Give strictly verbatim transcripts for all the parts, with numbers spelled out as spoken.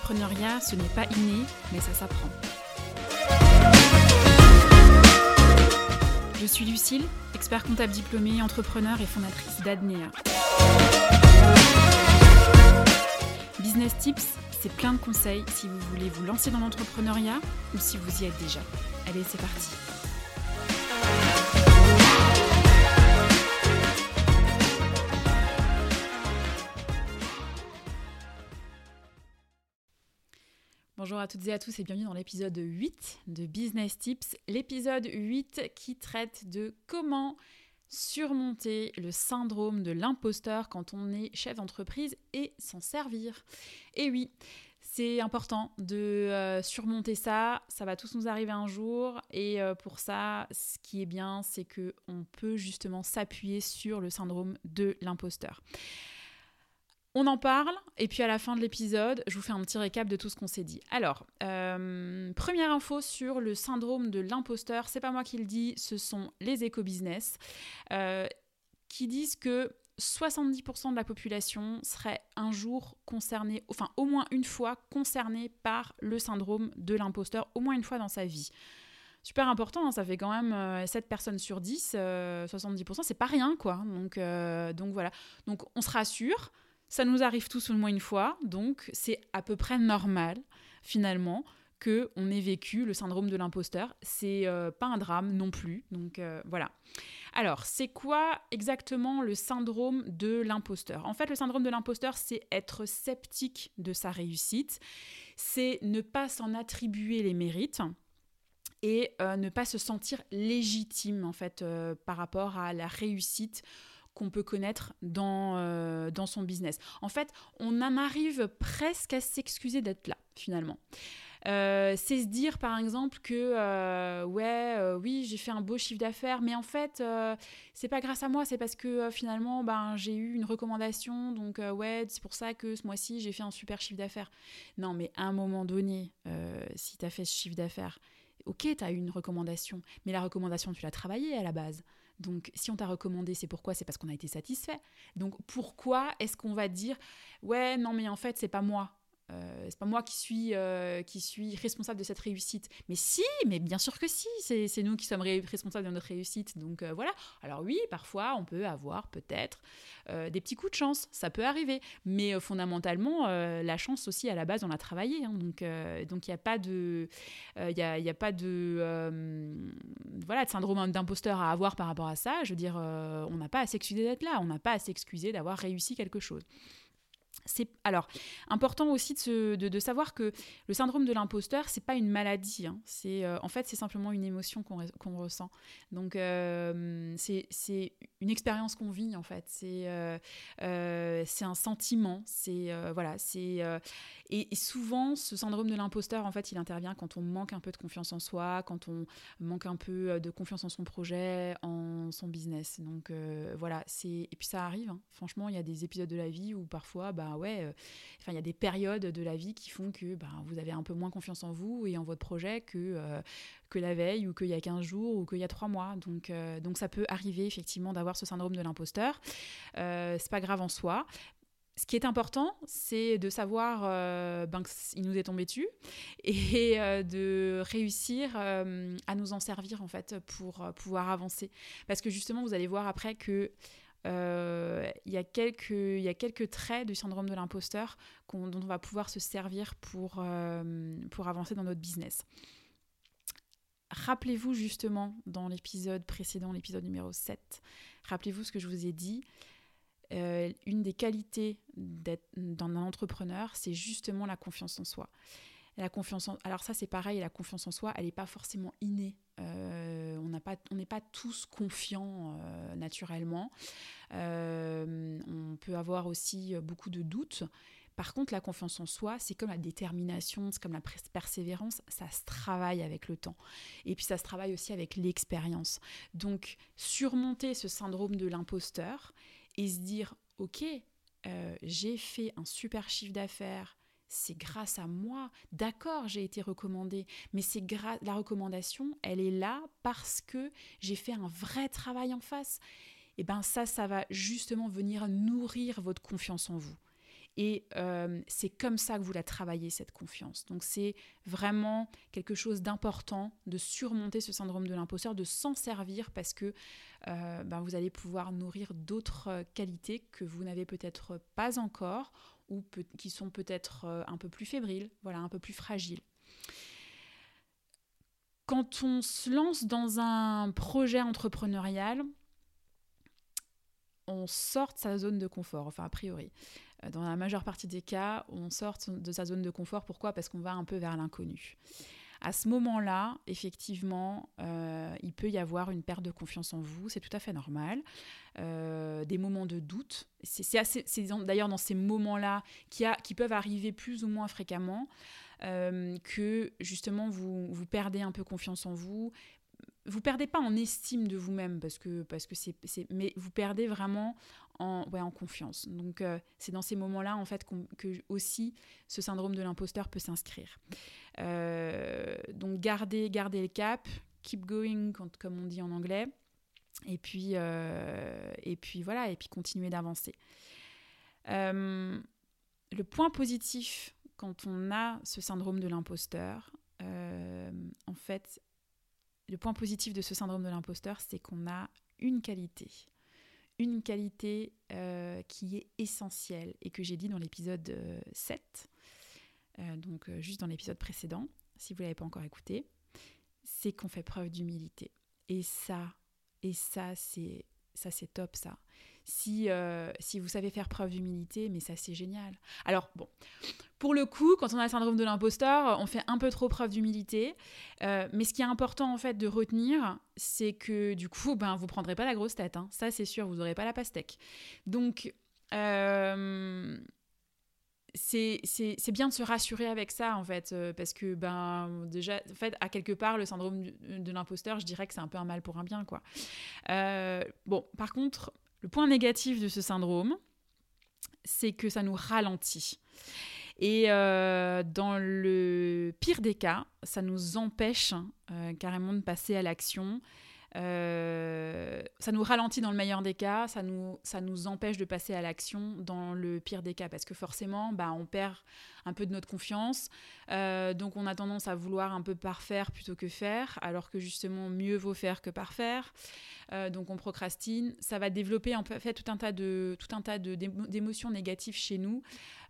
L'entrepreneuriat, ce n'est pas inné, mais ça s'apprend. Je suis Lucille, expert comptable diplômée, entrepreneur et fondatrice d'Adnea. Business Tips, c'est plein de conseils si vous voulez vous lancer dans l'entrepreneuriat ou si vous y êtes déjà. Allez, c'est parti. Bonjour à toutes et à tous et bienvenue dans l'épisode huit de Business Tips. L'épisode huit qui traite de comment surmonter le syndrome de l'imposteur quand on est chef d'entreprise et s'en servir. Et oui, c'est important de euh, surmonter ça, ça va tous nous arriver un jour et euh, pour ça, ce qui est bien, c'est qu'on peut justement s'appuyer sur le syndrome de l'imposteur. On en parle, et puis à la fin de l'épisode, je vous fais un petit récap de tout ce qu'on s'est dit. Alors, euh, première info sur le syndrome de l'imposteur, c'est pas moi qui le dis, ce sont les éco-business euh, qui disent que soixante-dix pour cent de la population serait un jour concernée, enfin au moins une fois concernée par le syndrome de l'imposteur, au moins une fois dans sa vie. Super important, hein, ça fait quand même euh, sept personnes sur dix, euh, soixante-dix pour cent, c'est pas rien quoi. Donc, euh, donc voilà, donc on se rassure. Ça nous arrive tous au moins une fois, donc c'est à peu près normal, finalement, qu'on ait vécu le syndrome de l'imposteur. C'est euh, pas un drame non plus, donc euh, voilà. Alors, c'est quoi exactement le syndrome de l'imposteur ? En fait, le syndrome de l'imposteur, c'est être sceptique de sa réussite, c'est ne pas s'en attribuer les mérites et euh, ne pas se sentir légitime, en fait, euh, par rapport à la réussite qu'on peut connaître dans, euh, dans son business. En fait, on en arrive presque à s'excuser d'être là, finalement. Euh, c'est se dire, par exemple, que euh, ouais, euh, oui, j'ai fait un beau chiffre d'affaires, mais en fait, euh, c'est pas grâce à moi, c'est parce que euh, finalement, ben, j'ai eu une recommandation, donc euh, ouais, c'est pour ça que ce mois-ci, j'ai fait un super chiffre d'affaires. Non, mais à un moment donné, euh, si tu as fait ce chiffre d'affaires, ok, tu as eu une recommandation, mais la recommandation, tu l'as travaillée à la base. Donc, si on t'a recommandé, c'est pourquoi ? C'est parce qu'on a été satisfait. Donc, pourquoi est-ce qu'on va dire « Ouais, non, mais en fait, c'est pas moi. Euh, c'est pas moi qui suis, euh, qui suis responsable de cette réussite. » Mais si, mais bien sûr que si. C'est, c'est nous qui sommes ré- responsables de notre réussite. Donc, euh, voilà. Alors oui, parfois, on peut avoir peut-être euh, des petits coups de chance. Ça peut arriver. Mais euh, fondamentalement, euh, la chance aussi, à la base, on l'a travaillé. Hein. Donc, euh, donc, il n'y a pas de... Il euh, n'y a, y a pas de... Euh, voilà, de syndrome d'imposteur à avoir par rapport à ça. Je veux dire, euh, on n'a pas à s'excuser d'être là. On n'a pas à s'excuser d'avoir réussi quelque chose. C'est alors important aussi de, se, de, de savoir que le syndrome de l'imposteur, c'est pas une maladie. Hein. C'est, euh, en fait, c'est simplement une émotion qu'on, qu'on ressent. Donc, euh, c'est, c'est une expérience qu'on vit, en fait. C'est, euh, euh, c'est un sentiment. C'est, euh, voilà, c'est, euh, et, et souvent, ce syndrome de l'imposteur, en fait, il intervient quand on manque un peu de confiance en soi, quand on manque un peu de confiance en son projet, en son business. Donc, euh, voilà. C'est... Et puis, ça arrive. Hein. Franchement, il y a des épisodes de la vie où parfois, bah, ouais, euh, enfin, il y a des périodes de la vie qui font que bah, vous avez un peu moins confiance en vous et en votre projet que, euh, que la veille ou qu'il y a quinze jours ou qu'il y a trois mois. Donc, euh, donc ça peut arriver effectivement d'avoir ce syndrome de l'imposteur. Euh, c'est pas grave en soi. Ce qui est important, c'est de savoir euh, ben, qu'il nous est tombé dessus et euh, de réussir euh, à nous en servir en fait pour euh, pouvoir avancer. Parce que justement, vous allez voir après que Euh, il y a quelques, il y a quelques traits du syndrome de l'imposteur qu'on, dont on va pouvoir se servir pour, euh, pour avancer dans notre business. Rappelez-vous justement dans l'épisode précédent, l'épisode numéro sept, rappelez-vous ce que je vous ai dit. Euh, une des qualités d'être dans un entrepreneur, c'est justement la confiance en soi. La confiance en... Alors ça, c'est pareil, la confiance en soi, elle n'est pas forcément innée. Euh, on n'a pas, on n'est pas tous confiants euh, naturellement. Euh, on peut avoir aussi beaucoup de doutes. Par contre, la confiance en soi, c'est comme la détermination, c'est comme la persévérance, ça se travaille avec le temps. Et puis ça se travaille aussi avec l'expérience. Donc, surmonter ce syndrome de l'imposteur et se dire, ok, euh, j'ai fait un super chiffre d'affaires, c'est grâce à moi, d'accord, j'ai été recommandée, mais c'est gra- la recommandation, elle est là parce que j'ai fait un vrai travail en face. Et bien ça, ça va justement venir nourrir votre confiance en vous. Et euh, c'est comme ça que vous la travaillez, cette confiance. Donc c'est vraiment quelque chose d'important de surmonter ce syndrome de l'imposteur, de s'en servir parce que euh, ben, vous allez pouvoir nourrir d'autres qualités que vous n'avez peut-être pas encore ou peut- qui sont peut-être un peu plus fébriles, voilà, un peu plus fragiles. Quand on se lance dans un projet entrepreneurial, on sort de sa zone de confort, enfin a priori. Dans la majeure partie des cas, on sort de sa zone de confort. Pourquoi ? Parce qu'on va un peu vers l'inconnu. À ce moment-là, effectivement, euh, il peut y avoir une perte de confiance en vous, c'est tout à fait normal. Euh, des moments de doute, c'est, c'est, assez, c'est d'ailleurs dans ces moments-là qui, a, qui peuvent arriver plus ou moins fréquemment, euh, que justement vous, vous perdez un peu confiance en vous. Vous perdez pas en estime de vous-même, parce que, parce que c'est, c'est, mais vous perdez vraiment en, ouais, en confiance. Donc, euh, c'est dans ces moments-là, en fait, qu'on, que aussi ce syndrome de l'imposteur peut s'inscrire. Euh, donc, gardez, gardez le cap, keep going, quand, comme on dit en anglais, et puis, euh, et puis voilà, et puis continuez d'avancer. Euh, le point positif, quand on a ce syndrome de l'imposteur, euh, en fait, le point positif de ce syndrome de l'imposteur, c'est qu'on a une qualité. Une qualité euh, qui est essentielle et que j'ai dit dans l'épisode euh, sept, euh, donc euh, juste dans l'épisode précédent, si vous ne l'avez pas encore écouté, c'est qu'on fait preuve d'humilité. Et ça, et ça, c'est, ça, c'est top, ça. Si, euh, si vous savez faire preuve d'humilité, mais ça, c'est génial. Alors, bon, pour le coup, quand on a le syndrome de l'imposteur, on fait un peu trop preuve d'humilité. Euh, mais ce qui est important, en fait, de retenir, c'est que, du coup, ben, vous ne prendrez pas la grosse tête. Hein. Ça, c'est sûr, vous n'aurez pas la pastèque. Donc, euh, c'est, c'est, c'est bien de se rassurer avec ça, en fait, euh, parce que, ben, déjà, en fait, à quelque part, le syndrome de, de l'imposteur, je dirais que c'est un peu un mal pour un bien, quoi. Euh, bon, par contre, le point négatif de ce syndrome, c'est que ça nous ralentit. Et euh, dans le pire des cas, ça nous empêche euh, carrément de passer à l'action. Euh, ça nous ralentit dans le meilleur des cas, ça nous, ça nous empêche de passer à l'action dans le pire des cas, parce que forcément, bah, on perd un peu de notre confiance, euh, donc on a tendance à vouloir un peu parfaire plutôt que faire, alors que justement, mieux vaut faire que parfaire. Euh, donc on procrastine, ça va développer en fait tout un tas de tout un tas de d'émotions négatives chez nous.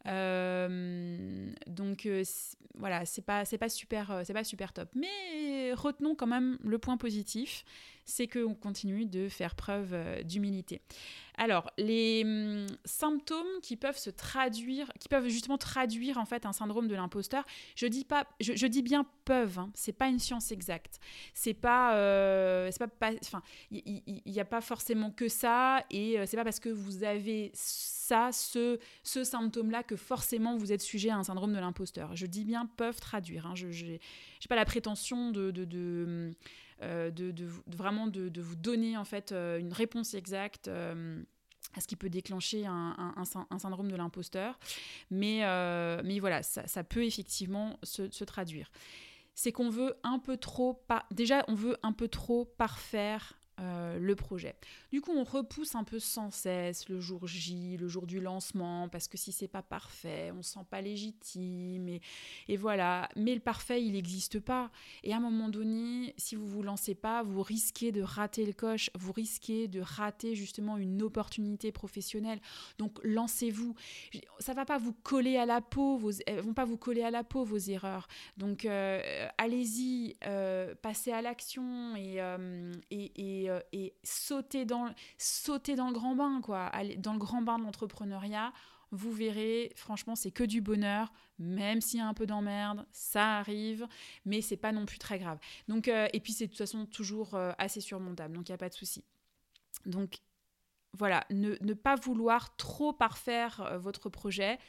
Euh, donc euh, c'est, voilà, c'est pas c'est pas super c'est pas super top. Mais retenons quand même le point positif, c'est qu'on continue de faire preuve euh, d'humilité. Alors, les hum, symptômes qui peuvent se traduire, qui peuvent justement traduire en fait un syndrome de l'imposteur, je dis pas, je, je dis bien peuvent, hein, c'est pas une science exacte, c'est pas, euh, c'est pas, enfin, il n'y a pas forcément que ça, et euh, c'est pas parce que vous avez ça, ce, ce symptôme-là que forcément vous êtes sujet à un syndrome de l'imposteur. Je dis bien peuvent traduire, hein, je n'ai pas la prétention de, de, de Euh, de, de, de vraiment de, de vous donner en fait euh, une réponse exacte euh, à ce qui peut déclencher un, un, un, un syndrome de l'imposteur, mais, euh, mais voilà, ça, ça peut effectivement se, se traduire. C'est qu'on veut un peu trop, par... déjà on veut un peu trop parfaire euh, le projet. Du coup, on repousse un peu sans cesse le jour J, le jour du lancement, parce que si c'est pas parfait, on se sent pas légitime, et, et voilà. Mais le parfait, il n'existe pas. Et à un moment donné, si vous vous lancez pas, vous risquez de rater le coche, vous risquez de rater justement une opportunité professionnelle. Donc, lancez-vous. Ça va pas vous coller à la peau, vos... elles vont pas vous coller à la peau vos erreurs. Donc, euh, allez-y, euh, passez à l'action et, euh, et, et et sauter dans, sauter dans le grand bain, quoi. Aller dans le grand bain de l'entrepreneuriat, vous verrez, franchement, c'est que du bonheur, même s'il y a un peu d'emmerde, ça arrive, mais c'est pas non plus très grave. Donc, euh, et puis c'est de toute façon toujours euh, assez surmontable, donc il n'y a pas de souci. Donc voilà, ne, ne pas vouloir trop parfaire euh, votre projet.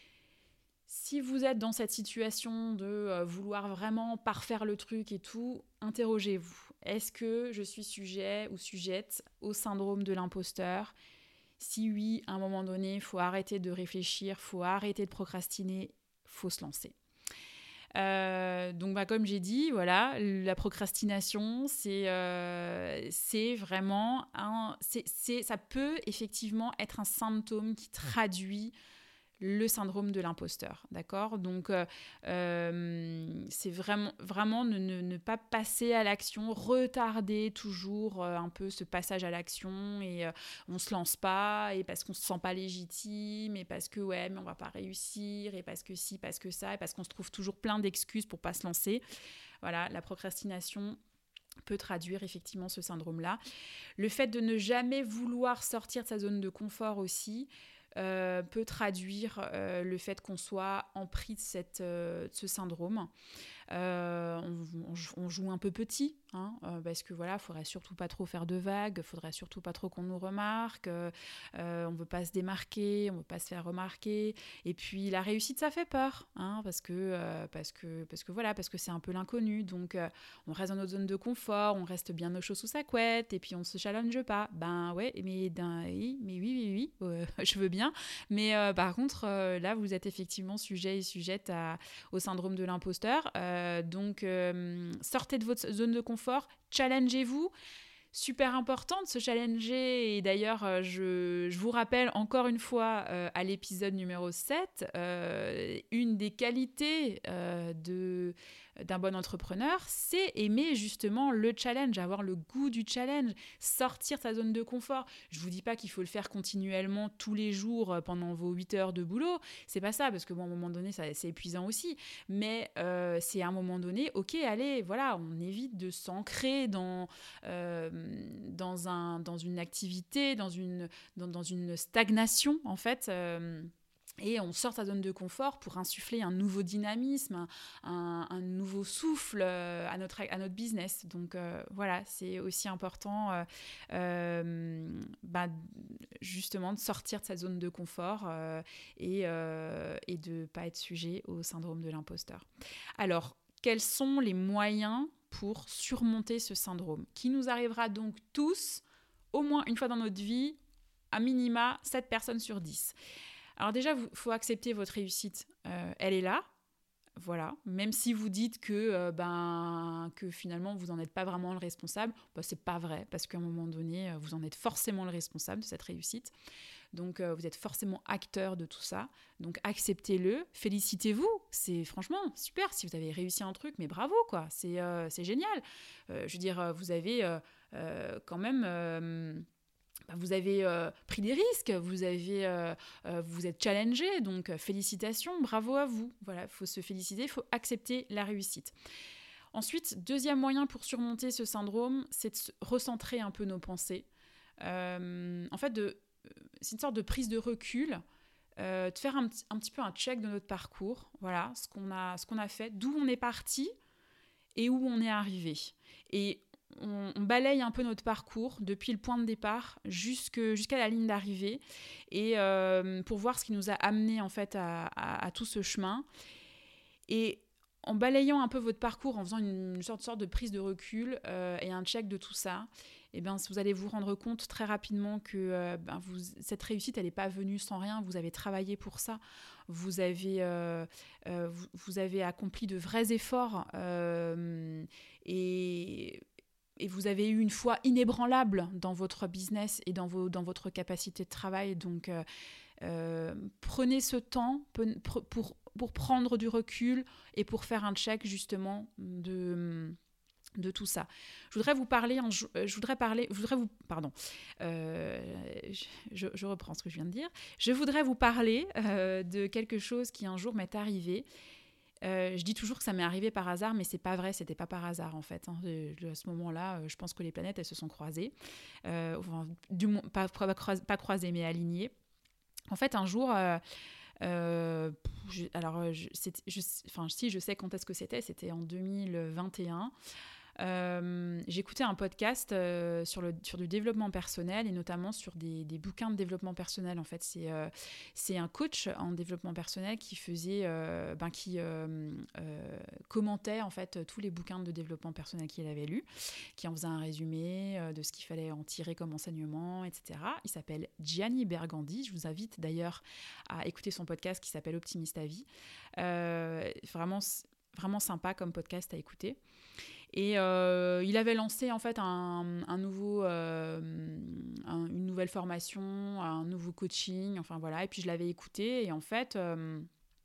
Si vous êtes dans cette situation de euh, vouloir vraiment parfaire le truc et tout, interrogez-vous. Est-ce que je suis sujet ou sujette au syndrome de l'imposteur ? Si oui, à un moment donné, il faut arrêter de réfléchir, il faut arrêter de procrastiner, il faut se lancer. Euh, donc, bah, comme j'ai dit, voilà, la procrastination, c'est, euh, c'est vraiment un, c'est, c'est, ça peut effectivement être un symptôme qui traduit le syndrome de l'imposteur, d'accord ? Donc, euh, euh, c'est vraiment, vraiment ne, ne, ne pas passer à l'action, retarder toujours euh, un peu ce passage à l'action et euh, on ne se lance pas et parce qu'on ne se sent pas légitime et parce que ouais, mais on ne va pas réussir et parce que si, parce que ça et parce qu'on se trouve toujours plein d'excuses pour ne pas se lancer. Voilà, la procrastination peut traduire effectivement ce syndrome-là. Le fait de ne jamais vouloir sortir de sa zone de confort aussi, Euh, peut traduire euh, le fait qu'on soit empris de, cette, euh, de ce syndrome. Euh, on, on, on joue un peu petit, hein, euh, parce que voilà, faudrait surtout pas trop faire de vagues, faudrait surtout pas trop qu'on nous remarque, euh, euh, on veut pas se démarquer, on veut pas se faire remarquer, et puis la réussite ça fait peur, hein, parce que euh, parce que parce que voilà, parce que c'est un peu l'inconnu, donc euh, on reste dans notre zone de confort, on reste bien nos choses sous sa couette, et puis on se challenge pas. Ben ouais, mais d'un oui, mais oui oui oui, euh, je veux bien, mais euh, par contre euh, là vous êtes effectivement sujet et sujette à, au syndrome de l'imposteur. Euh, donc, euh, sortez de votre zone de confort, challengez-vous. Super important de se challenger. Et d'ailleurs, euh, je, je vous rappelle encore une fois euh, à l'épisode numéro sept, euh, une des qualités euh, de, d'un bon entrepreneur, c'est aimer justement le challenge, avoir le goût du challenge, sortir de sa zone de confort. Je ne vous dis pas qu'il faut le faire continuellement tous les jours pendant vos huit heures de boulot. C'est pas ça, parce que bon, à un moment donné, ça, c'est épuisant aussi. Mais euh, c'est à un moment donné, ok, allez, voilà, on évite de s'ancrer dans... Euh, Dans, un, dans une activité, dans une, dans, dans une stagnation, en fait. Euh, et on sort de sa zone de confort pour insuffler un nouveau dynamisme, un, un, un nouveau souffle euh, à, notre, à notre business. Donc euh, voilà, c'est aussi important euh, euh, bah, justement de sortir de sa zone de confort euh, et, euh, et de ne pas être sujet au syndrome de l'imposteur. Alors, quels sont les moyens pour surmonter ce syndrome, qui nous arrivera donc tous, au moins une fois dans notre vie, à minima sept personnes sur dix. Alors déjà, il faut accepter votre réussite. Euh, elle est là, voilà. Même si vous dites que, euh, ben, que finalement, vous n'en êtes pas vraiment le responsable, ben, c'est pas vrai, parce qu'à un moment donné, vous en êtes forcément le responsable de cette réussite. Donc, euh, vous êtes forcément acteur de tout ça. Donc, acceptez-le, félicitez-vous. C'est franchement super si vous avez réussi un truc, mais bravo, quoi. C'est, euh, c'est génial. Euh, je veux dire, vous avez euh, euh, quand même... Euh, bah, vous avez euh, pris des risques, vous avez, euh, euh, vous êtes challengé, donc euh, félicitations, bravo à vous. Voilà, il faut se féliciter, il faut accepter la réussite. Ensuite, deuxième moyen pour surmonter ce syndrome, c'est de se recentrer un peu nos pensées. Euh, en fait, de c'est une sorte de prise de recul, euh, de faire un, un petit peu un check de notre parcours, voilà, ce qu'on a, ce qu'on a fait, d'où on est parti et où on est arrivé. Et on, on balaye un peu notre parcours depuis le point de départ jusque, jusqu'à la ligne d'arrivée et euh, pour voir ce qui nous a amené en fait à, à, à tout ce chemin. Et en balayant un peu votre parcours, en faisant une, une sorte, sorte de prise de recul euh, et un check de tout ça, eh ben, vous allez vous rendre compte très rapidement que euh, ben, vous, cette réussite, elle n'est pas venue sans rien. Vous avez travaillé pour ça. Vous avez, euh, euh, vous, vous avez accompli de vrais efforts euh, et, et vous avez eu une foi inébranlable dans votre business et dans, vos, dans votre capacité de travail. Donc, euh, euh, prenez ce temps pour, pour, pour prendre du recul et pour faire un check justement de... de tout ça. Je voudrais vous parler, en, je voudrais parler, je voudrais vous, pardon, euh, je, je reprends ce que je viens de dire. Je voudrais vous parler euh, de quelque chose qui un jour m'est arrivé. Euh, je dis toujours que ça m'est arrivé par hasard, mais c'est pas vrai, c'était pas par hasard en fait. Hein. De, à ce moment-là, je pense que les planètes elles se sont croisées, euh, enfin, du moins pas, pas croisées mais alignées. En fait, un jour. Euh, Euh, je, alors, je, je, enfin, si je sais quand est-ce que c'était, c'était en deux mille vingt et un. Euh, j'écoutais un podcast euh, sur, le, sur du développement personnel et notamment sur des, des bouquins de développement personnel. En fait, c'est, euh, c'est un coach en développement personnel qui faisait, euh, ben, qui euh, euh, commentait en fait tous les bouquins de développement personnel qu'il avait lus, qui en faisait un résumé euh, de ce qu'il fallait en tirer comme enseignement, et cetera. Il s'appelle Gianni Bergandi. Je vous invite d'ailleurs à écouter son podcast qui s'appelle Optimiste à vie. Euh, vraiment, vraiment sympa comme podcast à écouter. Et euh, il avait lancé en fait un, un nouveau, euh, un, une nouvelle formation, un nouveau coaching, enfin voilà. Et puis je l'avais écouté et en fait, euh,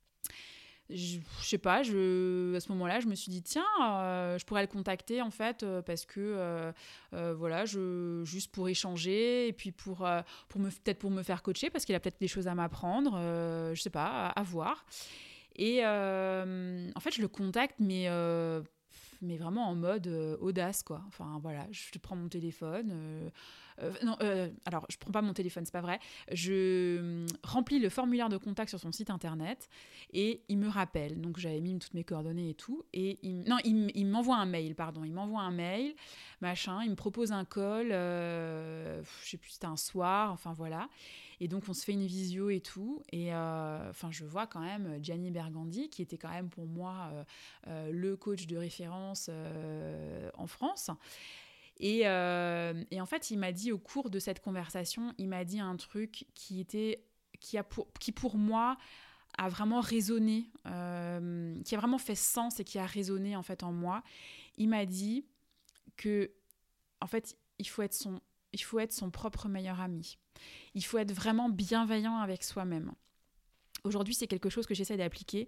je, je sais pas, je, à ce moment-là, je me suis dit tiens, euh, je pourrais le contacter en fait euh, parce que euh, euh, voilà, je, juste pour échanger et puis pour, euh, pour me, peut-être pour me faire coacher parce qu'il a peut-être des choses à m'apprendre, euh, je sais pas, à, à voir. Et euh, en fait, je le contacte, mais euh, mais vraiment en mode euh, audace, quoi. Enfin, voilà, je prends mon téléphone. Euh, euh, non, euh, alors, je prends pas mon téléphone, c'est pas vrai. Je euh, remplis le formulaire de contact sur son site internet et il me rappelle. Donc, j'avais mis toutes mes coordonnées et tout. Et il, non, il, il m'envoie un mail, pardon. Il m'envoie un mail, machin. Il me propose un call. Euh, je sais plus, c'était un soir. Enfin, voilà. Et donc, on se fait une visio et tout. Et euh, enfin, je vois quand même Gianni Bergandi, qui était quand même pour moi euh, euh, le coach de référence euh, en France. Et, euh, et en fait, il m'a dit au cours de cette conversation, il m'a dit un truc qui était, qui a pour, qui pour moi a vraiment résonné, euh, qui a vraiment fait sens et qui a résonné en fait en moi. Il m'a dit que, en fait, il faut être son, il faut être son propre meilleur ami. Il faut être vraiment bienveillant avec soi-même. Aujourd'hui, c'est quelque chose que j'essaie d'appliquer.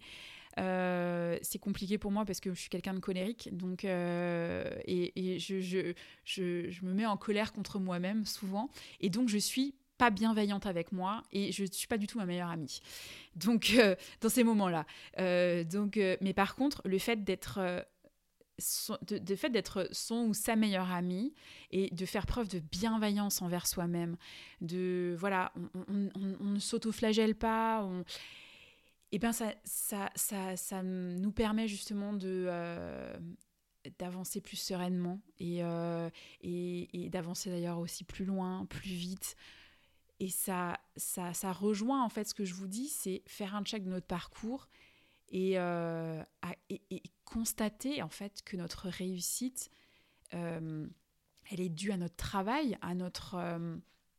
Euh, c'est compliqué pour moi parce que je suis quelqu'un de colérique. Donc, euh, et et je, je, je, je me mets en colère contre moi-même souvent. Et donc, je suis pas bienveillante avec moi et je ne suis pas du tout ma meilleure amie. Donc, euh, dans ces moments-là. Euh, donc, euh, mais par contre, le fait d'être... Euh, Son, de, de fait d'être son ou sa meilleure amie et de faire preuve de bienveillance envers soi-même, de voilà, on, on, on, on ne s'auto-flagelle pas, on, et ben ça, ça, ça, ça nous permet justement de euh, d'avancer plus sereinement et, euh, et, et d'avancer d'ailleurs aussi plus loin, plus vite. Et ça, ça, ça rejoint en fait ce que je vous dis, c'est faire un check de notre parcours et, euh, à, et, et constater en fait que notre réussite, euh, elle est due à notre travail, à notre, euh,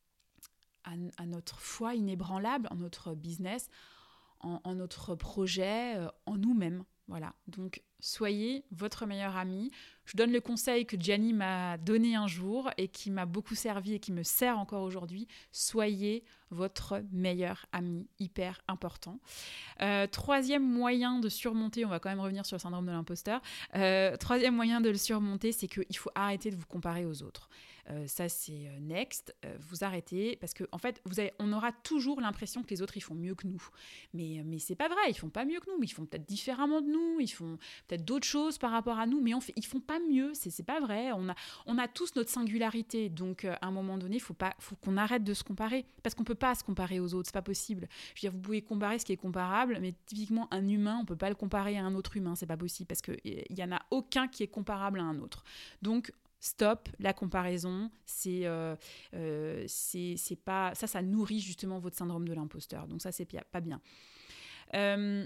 à, à notre foi inébranlable en notre business, en, en notre projet, euh, en nous-mêmes. Voilà, donc soyez votre meilleur ami. Je donne le conseil que Gianni m'a donné un jour et qui m'a beaucoup servi et qui me sert encore aujourd'hui. Soyez votre meilleur ami, hyper important. Euh, troisième moyen de surmonter, on va quand même revenir sur le syndrome de l'imposteur, euh, troisième moyen de le surmonter, c'est qu'il faut arrêter de vous comparer aux autres. Euh, ça, c'est euh, next. Euh, vous arrêtez parce qu'en en fait, vous avez, on aura toujours l'impression que les autres, ils font mieux que nous. Mais, mais c'est pas vrai, ils font pas mieux que nous. Ils font peut-être différemment de nous, ils font peut-être d'autres choses par rapport à nous, mais on fait, ils font pas mieux. C'est, c'est pas vrai. On a, on a tous notre singularité. Donc, euh, à un moment donné, il faut, pas, faut qu'on arrête de se comparer parce qu'on peut pas se comparer aux autres. C'est pas possible. Je veux dire, vous pouvez comparer ce qui est comparable, mais typiquement, un humain, on peut pas le comparer à un autre humain. C'est pas possible parce qu'il y en a aucun qui est comparable à un autre. Donc, stop, la comparaison, c'est, euh, euh, c'est, c'est pas, ça, ça nourrit justement votre syndrome de l'imposteur. Donc ça, c'est pas bien. Euh,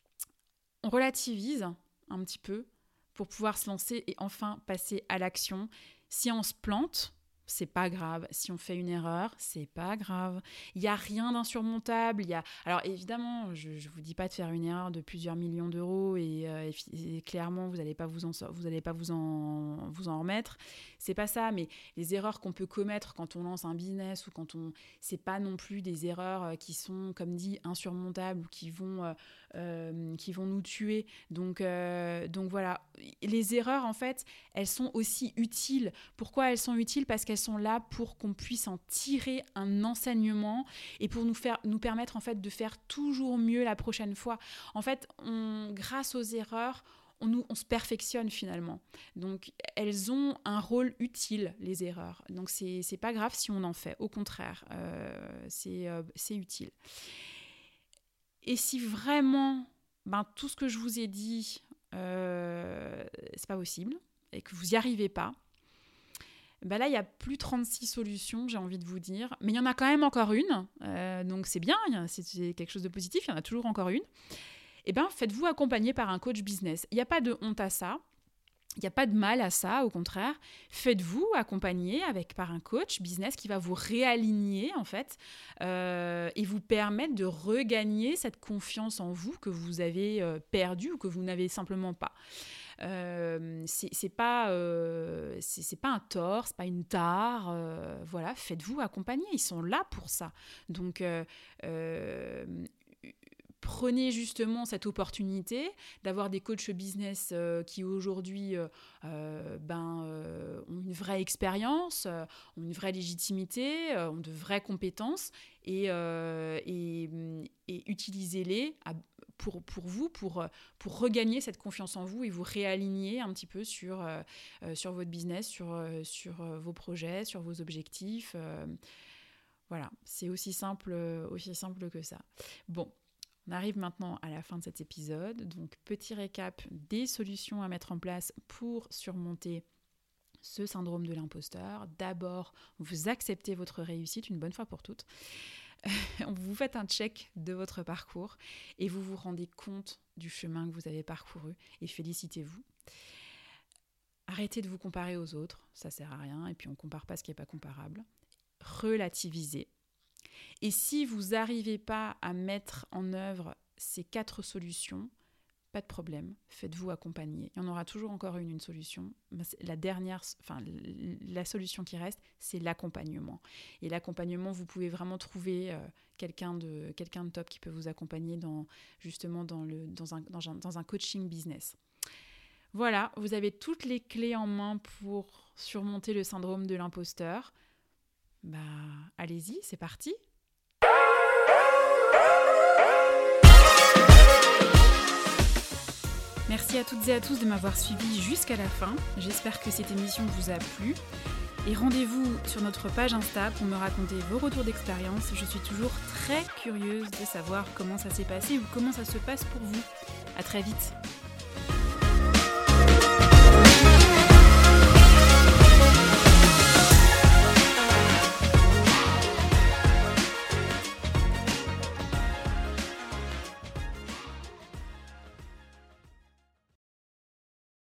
on relativise un petit peu pour pouvoir se lancer et enfin passer à l'action. Si on se plante, c'est pas grave. Si on fait une erreur, c'est pas grave. Il n'y a rien d'insurmontable. Il y a... Alors évidemment, je ne vous dis pas de faire une erreur de plusieurs millions d'euros et, euh, et, et clairement, vous n'allez pas, vous en, vous allez pas vous, en, vous en remettre. C'est pas ça, mais les erreurs qu'on peut commettre quand on lance un business ou quand on... C'est pas non plus des erreurs qui sont, comme dit, insurmontables ou qui vont, euh, euh, qui vont nous tuer. Donc, euh, donc voilà. Les erreurs, en fait, elles sont aussi utiles. Pourquoi elles sont utiles ? Parce qu'elles sont là pour qu'on puisse en tirer un enseignement et pour nous, faire, nous permettre en fait, de faire toujours mieux la prochaine fois. En fait, on, grâce aux erreurs, on, nous, on se perfectionne finalement. Donc, elles ont un rôle utile, les erreurs. Donc, c'est, c'est pas grave si on en fait. Au contraire, euh, c'est, euh, c'est utile. Et si vraiment, ben, tout ce que je vous ai dit, euh, c'est pas possible et que vous n'y arrivez pas, ben là, il n'y a plus trente-six solutions, j'ai envie de vous dire. Mais il y en a quand même encore une. Euh, donc, c'est bien, c'est, c'est quelque chose de positif. Il y en a toujours encore une. Eh bien, faites-vous accompagner par un coach business. Il n'y a pas de honte à ça. Il n'y a pas de mal à ça, au contraire. Faites-vous accompagner avec, par un coach business qui va vous réaligner, en fait, euh, et vous permettre de regagner cette confiance en vous que vous avez euh, perdue ou que vous n'avez simplement pas. Euh, c'est, c'est pas euh, c'est, c'est pas un tort, c'est pas une tare, euh, voilà, faites-vous accompagner, ils sont là pour ça. Donc euh, euh, prenez justement cette opportunité d'avoir des coachs business euh, qui aujourd'hui euh, euh, ben, euh, ont une vraie expérience, euh, ont une vraie légitimité, euh, ont de vraies compétences et, euh, et, et utilisez-les à, pour, pour vous, pour, pour regagner cette confiance en vous et vous réaligner un petit peu sur, euh, sur votre business, sur, euh, sur vos projets, sur vos objectifs. Euh, voilà, c'est aussi simple, aussi simple que ça. Bon. On arrive maintenant à la fin de cet épisode. Donc, petit récap des solutions à mettre en place pour surmonter ce syndrome de l'imposteur. D'abord, vous acceptez votre réussite une bonne fois pour toutes. Vous faites un check de votre parcours et vous vous rendez compte du chemin que vous avez parcouru et félicitez-vous. Arrêtez de vous comparer aux autres, ça sert à rien. Et puis, on ne compare pas ce qui n'est pas comparable. Relativisez. Et si vous n'arrivez pas à mettre en œuvre ces quatre solutions, pas de problème, faites-vous accompagner. Il y en aura toujours encore une, une solution. La dernière, enfin, la solution qui reste, c'est l'accompagnement. Et l'accompagnement, vous pouvez vraiment trouver euh, quelqu'un de, quelqu'un de top qui peut vous accompagner dans, justement dans, le, dans, un, dans, un, dans un coaching business. Voilà, vous avez toutes les clés en main pour surmonter le syndrome de l'imposteur. Bah, allez-y, c'est parti. Merci à toutes et à tous de m'avoir suivi jusqu'à la fin. J'espère que cette émission vous a plu. Et rendez-vous sur notre page Insta pour me raconter vos retours d'expérience. Je suis toujours très curieuse de savoir comment ça s'est passé ou comment ça se passe pour vous. À très vite.